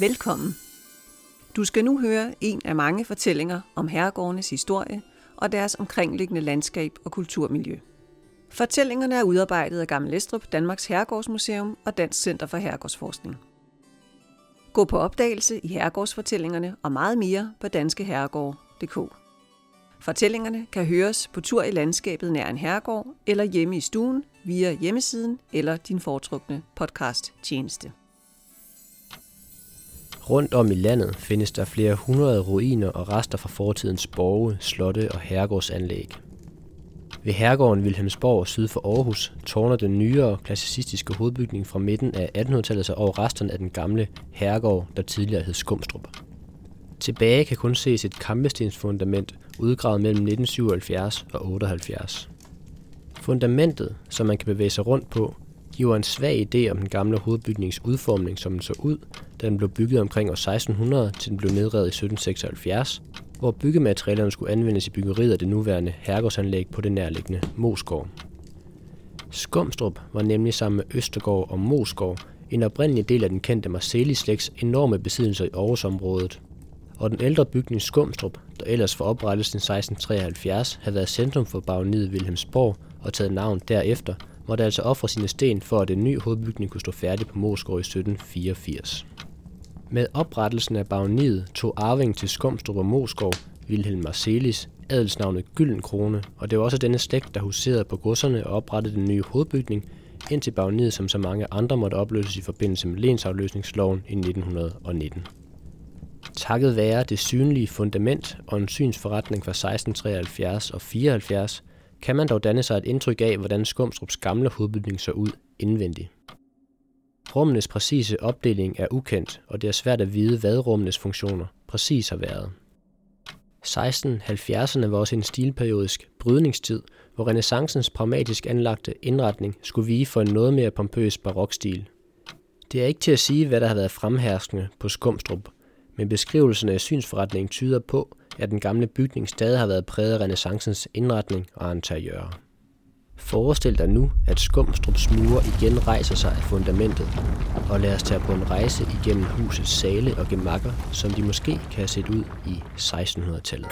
Velkommen. Du skal nu høre en af mange fortællinger om herregårdenes historie og deres omkringliggende landskab og kulturmiljø. Fortællingerne er udarbejdet af Gammel Estrup, Danmarks Herregårdsmuseum og Dansk Center for Herregårdsforskning. Gå på opdagelse i herregårdsfortællingerne og meget mere på danskeherregård.dk. Fortællingerne kan høres på tur i landskabet nær en herregård eller hjemme i stuen via hjemmesiden eller din foretrukne podcast-tjeneste. Rundt om i landet findes der flere hundrede ruiner og rester fra fortidens borge, slotte og herregårdsanlæg. Ved herregården Vilhelmsborg syd for Aarhus tårner den nyere klassicistiske hovedbygning fra midten af 1800-tallet sig over resterne af den gamle herregård, der tidligere hed Skumstrup. Tilbage kan kun ses et kampestensfundament udgravet mellem 1977 og 78. Fundamentet, som man kan bevæge sig rundt på, giver en svag idé om den gamle hovedbygnings udformning, som den så ud, da den blev bygget omkring år 1600, til den blev nedrevet i 1776, hvor byggematerialerne skulle anvendes i byggeriet af det nuværende herregårdsanlæg på det nærliggende Moesgård. Skumstrup var nemlig sammen med Østergård og Moesgård en oprindelig del af den kendte Marselis-slægts enorme besiddelser i Aarhusområdet, og den ældre bygning Skumstrup, der ellers for oprettelsen 1673 havde været centrum for baroniet Vilhelmsborg og taget navn derefter, måtte altså ofre sine sten for, at en ny hovedbygning kunne stå færdig på Moesgård i 1784. Med oprettelsen af baroniet tog arvingen til Skumstrup og Moesgård, Vilhelm Marselis, adelsnavnet Gyldenkrone, og det var også denne slægt, der huserede på godserne og oprettede den nye hovedbygning, indtil baroniet som så mange andre måtte opløses i forbindelse med lensafløsningsloven i 1919. Takket være det synlige fundament og en synsforretning fra 1673 og 74, kan man dog danne sig et indtryk af, hvordan Skumstrups gamle hovedbygning så ud indvendigt. Rummenes præcise opdeling er ukendt, og det er svært at vide, hvad rummenes funktioner præcis har været. 1670'erne var også en stilperiodisk brydningstid, hvor renæssancens pragmatisk anlagte indretning skulle vige for en noget mere pompøs barokstil. Det er ikke til at sige, hvad der har været fremherskende på Skumstrup, men beskrivelsen af synsforretningen tyder på, at den gamle bygning stadig har været præget af renæssancens indretning og interiør. Forestil dig nu, at Skumstrups mure igen rejser sig af fundamentet, og lad os tage på en rejse igennem husets sale og gemakker, som de måske kan have set ud i 1600-tallet.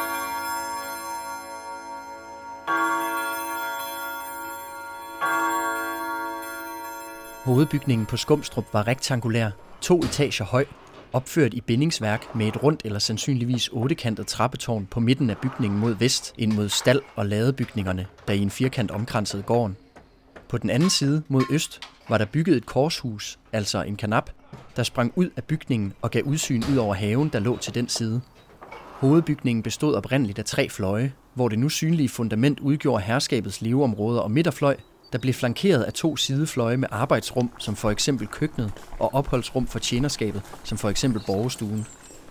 Hovedbygningen på Skumstrup var rektangulær, 2 etager høj, opført i bindingsværk med et rundt eller sandsynligvis ottekantet trappetårn på midten af bygningen mod vest ind mod stald- og ladebygningerne, der i en firkant omkransede gården. På den anden side mod øst var der bygget et korshus, altså en karnap, der sprang ud af bygningen og gav udsyn ud over haven, der lå til den side. Hovedbygningen bestod oprindeligt af 3 fløje, hvor det nu synlige fundament udgjorde herskabets leveområder og midterfløj, der blev flankeret af 2 sidefløje med arbejdsrum, som for eksempel køkkenet, og opholdsrum for tjenerskabet, som for eksempel borgestuen.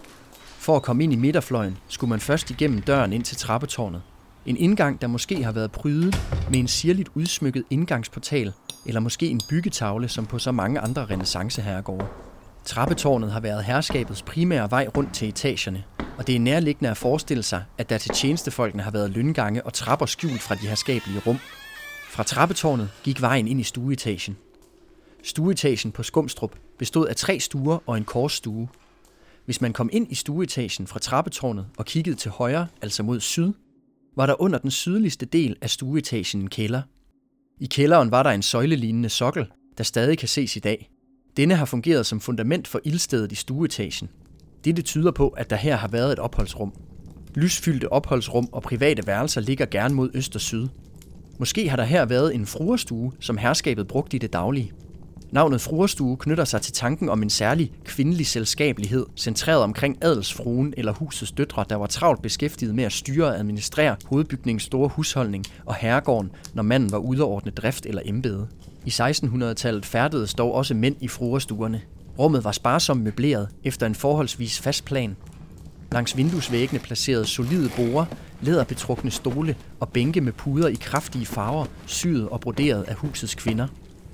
For at komme ind i midterfløjen, skulle man først igennem døren ind til trappetårnet. En indgang, der måske har været prydet med en sirligt udsmykket indgangsportal, eller måske en byggetavle, som på så mange andre renæssanceherregårde. Trappetårnet har været herskabets primære vej rundt til etagerne, og det er nærliggende at forestille sig, at der til tjenestefolkene har været løngange og trapper skjult fra de herskabelige rum. Fra trappetårnet gik vejen ind i stueetagen. Stueetagen på Skumstrup bestod af 3 stuer og en korsstue. Hvis man kom ind i stueetagen fra trappetårnet og kiggede til højre, altså mod syd, var der under den sydligste del af stueetagen en kælder. I kælderen var der en søjlelignende sokkel, der stadig kan ses i dag. Denne har fungeret som fundament for ildstedet i stueetagen. Dette tyder på, at der her har været et opholdsrum. Lysfyldte opholdsrum og private værelser ligger gerne mod øst og syd. Måske har der her været en fruerstue, som herskabet brugte i det daglige. Navnet fruerstue knytter sig til tanken om en særlig kvindelig selskabelighed, centreret omkring adelsfruen eller husets døtre, der var travlt beskæftiget med at styre og administrere hovedbygningens store husholdning og herregården, når manden var ude at ordne drift eller embede. I 1600-tallet færdedes dog også mænd i fruerstuerne. Rummet var sparsomt møbleret efter en forholdsvis fast plan. Langs vinduesvæggene placerede solide borde, læderbetrukne stole og bænke med puder i kraftige farver, syet og broderet af husets kvinder.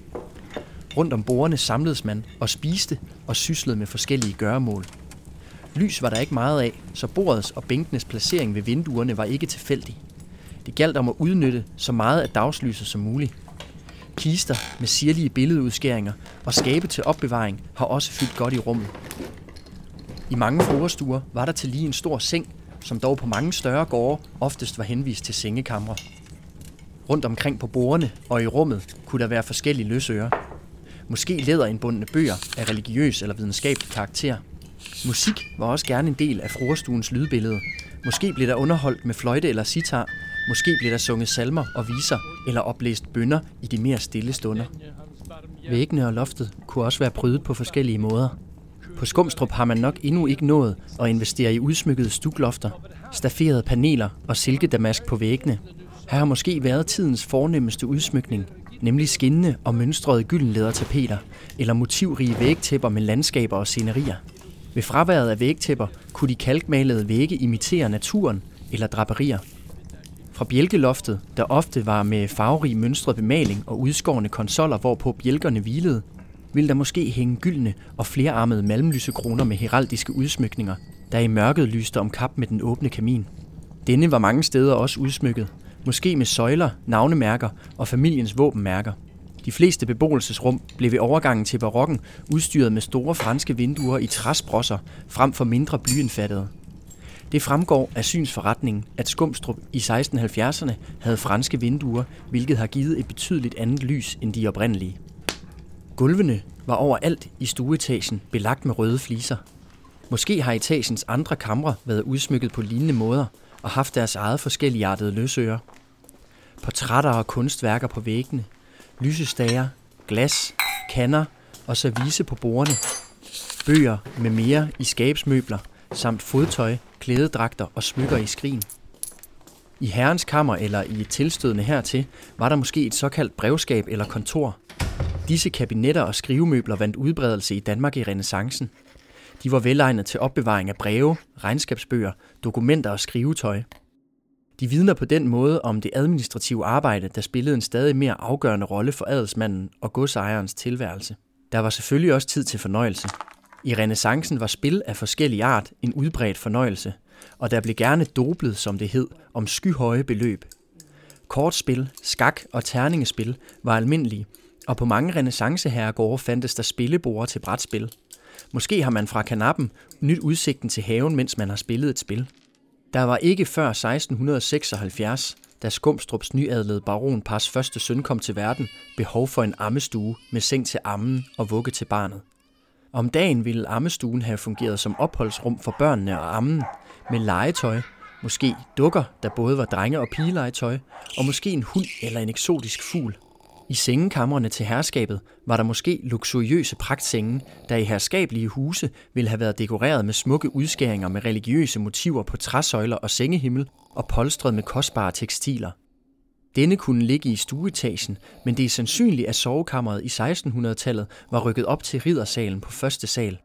Rundt om bordene samledes man og spiste og syslede med forskellige gøremål. Lys var der ikke meget af, så bordets og bænkenes placering ved vinduerne var ikke tilfældig. Det galt om at udnytte så meget af dagslyset som muligt. Kister med sirlige billedudskæringer og skabe til opbevaring har også fyldt godt i rummet. I mange fruerstuer var der til lige en stor seng, som dog på mange større gårde oftest var henvist til sengekamre. Rundt omkring på bordene og i rummet kunne der være forskellige løsører. Måske læderindbundne bøger af religiøs eller videnskabelig karakter. Musik var også gerne en del af fruerstuens lydbillede. Måske blev der underholdt med fløjte eller sitar. Måske blev der sunget salmer og viser eller oplæst bønner i de mere stille stunder. Væggene og loftet kunne også være prydet på forskellige måder. På Skumstrup har man nok endnu ikke nået at investere i udsmykkede stuklofter, stafferede paneler og silkedamask på væggene. Her har måske været tidens fornemmeste udsmykning, nemlig skinnende og mønstrede gyldenlædertapeter eller motivrige vægtæpper med landskaber og scenerier. Ved fraværet af vægtæpper kunne de kalkmalede vægge imitere naturen eller draperier. Fra bjælkeloftet, der ofte var med farverig mønstret bemaling og udskårne konsoller, hvorpå bjælkerne hvilede, ville der måske hænge gyldne og flerarmede malmlysekroner med heraldiske udsmykninger, der i mørket lyste om kap med den åbne kamin. Denne var mange steder også udsmykket, måske med søjler, navnemærker og familiens våbenmærker. De fleste beboelsesrum blev ved overgangen til barokken udstyret med store franske vinduer i træsprosser frem for mindre blyindfattede. Det fremgår af synsforretningen, at Skumstrup i 1670'erne havde franske vinduer, hvilket har givet et betydeligt andet lys end de oprindelige. Gulvene var overalt i stueetagen belagt med røde fliser. Måske har etagens andre kamre været udsmykket på lignende måder og haft deres eget forskelligartede løsører. Portrætter og kunstværker på væggene, lysestager, glas, kander og service på bordene, bøger med mere i skabsmøbler, samt fodtøj, klædedragter og smykker i skrin. I herrens kammer eller i et tilstødende hertil var der måske et såkaldt brevskab eller kontor. Disse kabinetter og skrivemøbler vandt udbredelse i Danmark i renæssancen. De var velegnet til opbevaring af breve, regnskabsbøger, dokumenter og skrivetøj. De vidner på den måde om det administrative arbejde, der spillede en stadig mere afgørende rolle for adelsmanden og godsejerens tilværelse. Der var selvfølgelig også tid til fornøjelse. I renæssancen var spil af forskellig art en udbredt fornøjelse, og der blev gerne doblet, som det hed, om skyhøje beløb. Kortspil, skak og terningespil var almindelige, og på mange renæssanceherregårde fandtes der spilleborde til brætspil. Måske har man fra kanappen nyt udsigten til haven, mens man har spillet et spil. Der var ikke før 1676, da Skumstrups nyadlede baronpars første søn kom til verden, behov for en ammestue med seng til ammen og vugge til barnet. Om dagen ville ammestuen have fungeret som opholdsrum for børnene og ammen, med legetøj, måske dukker, der både var drenge- og pigelegetøj, og måske en hund eller en eksotisk fugl. I sengekamrene til herskabet var der måske luksuriøse pragtsenge, der i herskabelige huse ville have været dekoreret med smukke udskæringer med religiøse motiver på træsøjler og sengehimmel og polstret med kostbare tekstiler. Denne kunne ligge i stueetagen, men det er sandsynligt, at sovekammeret i 1600-tallet var rykket op til riddersalen på første sal.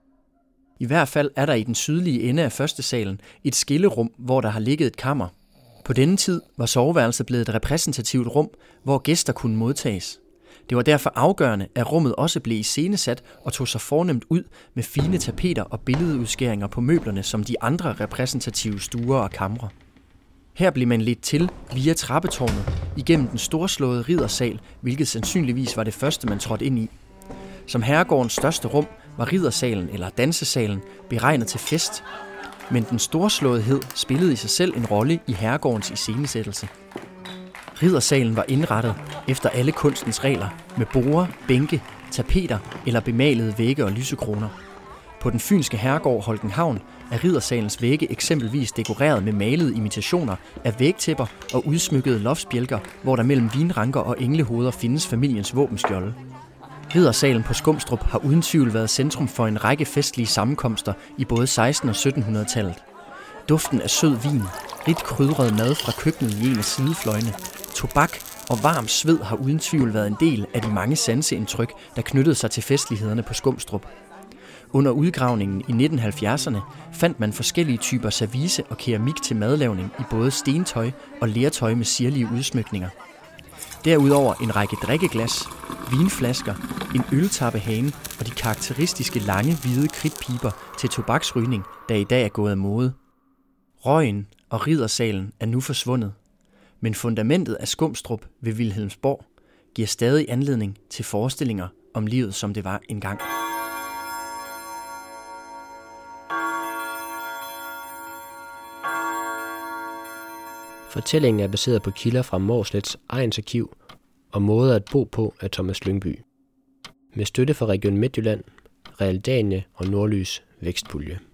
I hvert fald er der i den sydlige ende af første salen et skillerum, hvor der har ligget et kammer. På denne tid var soveværelset blevet et repræsentativt rum, hvor gæster kunne modtages. Det var derfor afgørende, at rummet også blev iscenesat og tog sig fornemt ud med fine tapeter og billedudskæringer på møblerne som de andre repræsentative stuer og kamre. Her blev man ledt til via trappetårnet igennem den storslåede riddersal, hvilket sandsynligvis var det første, man trådte ind i. Som herregårdens største rum var riddersalen eller dansesalen beregnet til fest, men den storslåethed spillede i sig selv en rolle i herregårdens iscenesættelse. Riddersalen var indrettet efter alle kunstens regler med borde, bænke, tapeter eller bemalede vægge og lysekroner. På den fynske herregård Holkenhavn er riddersalens vægge eksempelvis dekoreret med malede imitationer af vægtæpper og udsmykkede loftsbjælker, hvor der mellem vinranker og englehoveder findes familiens våbenskjolde. Riddersalen på Skumstrup har uden tvivl været centrum for en række festlige sammenkomster i både 1600- og 1700-tallet. Duften af sød vin, rigt krydret mad fra køkkenet i en af sidefløjene, tobak og varm sved har uden tvivl været en del af de mange sanseindtryk, der knyttede sig til festlighederne på Skumstrup. Under udgravningen i 1970'erne fandt man forskellige typer service og keramik til madlavning i både stentøj og lertøj med sirlige udsmykninger. Derudover en række drikkeglas, vinflasker, en øltappehane og de karakteristiske lange hvide kridtpiber til tobaksrygning, der i dag er gået af mode. Røgen og riddersalen er nu forsvundet, men fundamentet af Skumstrup ved Vilhelmsborg, giver stadig anledning til forestillinger om livet, som det var engang. Fortællingen er baseret på kilder fra Mårslets egnsarkiv og Måder at bo på af Thomas Lyngby. Med støtte fra Region Midtjylland, Realdania og Nordlys Vækstpulje.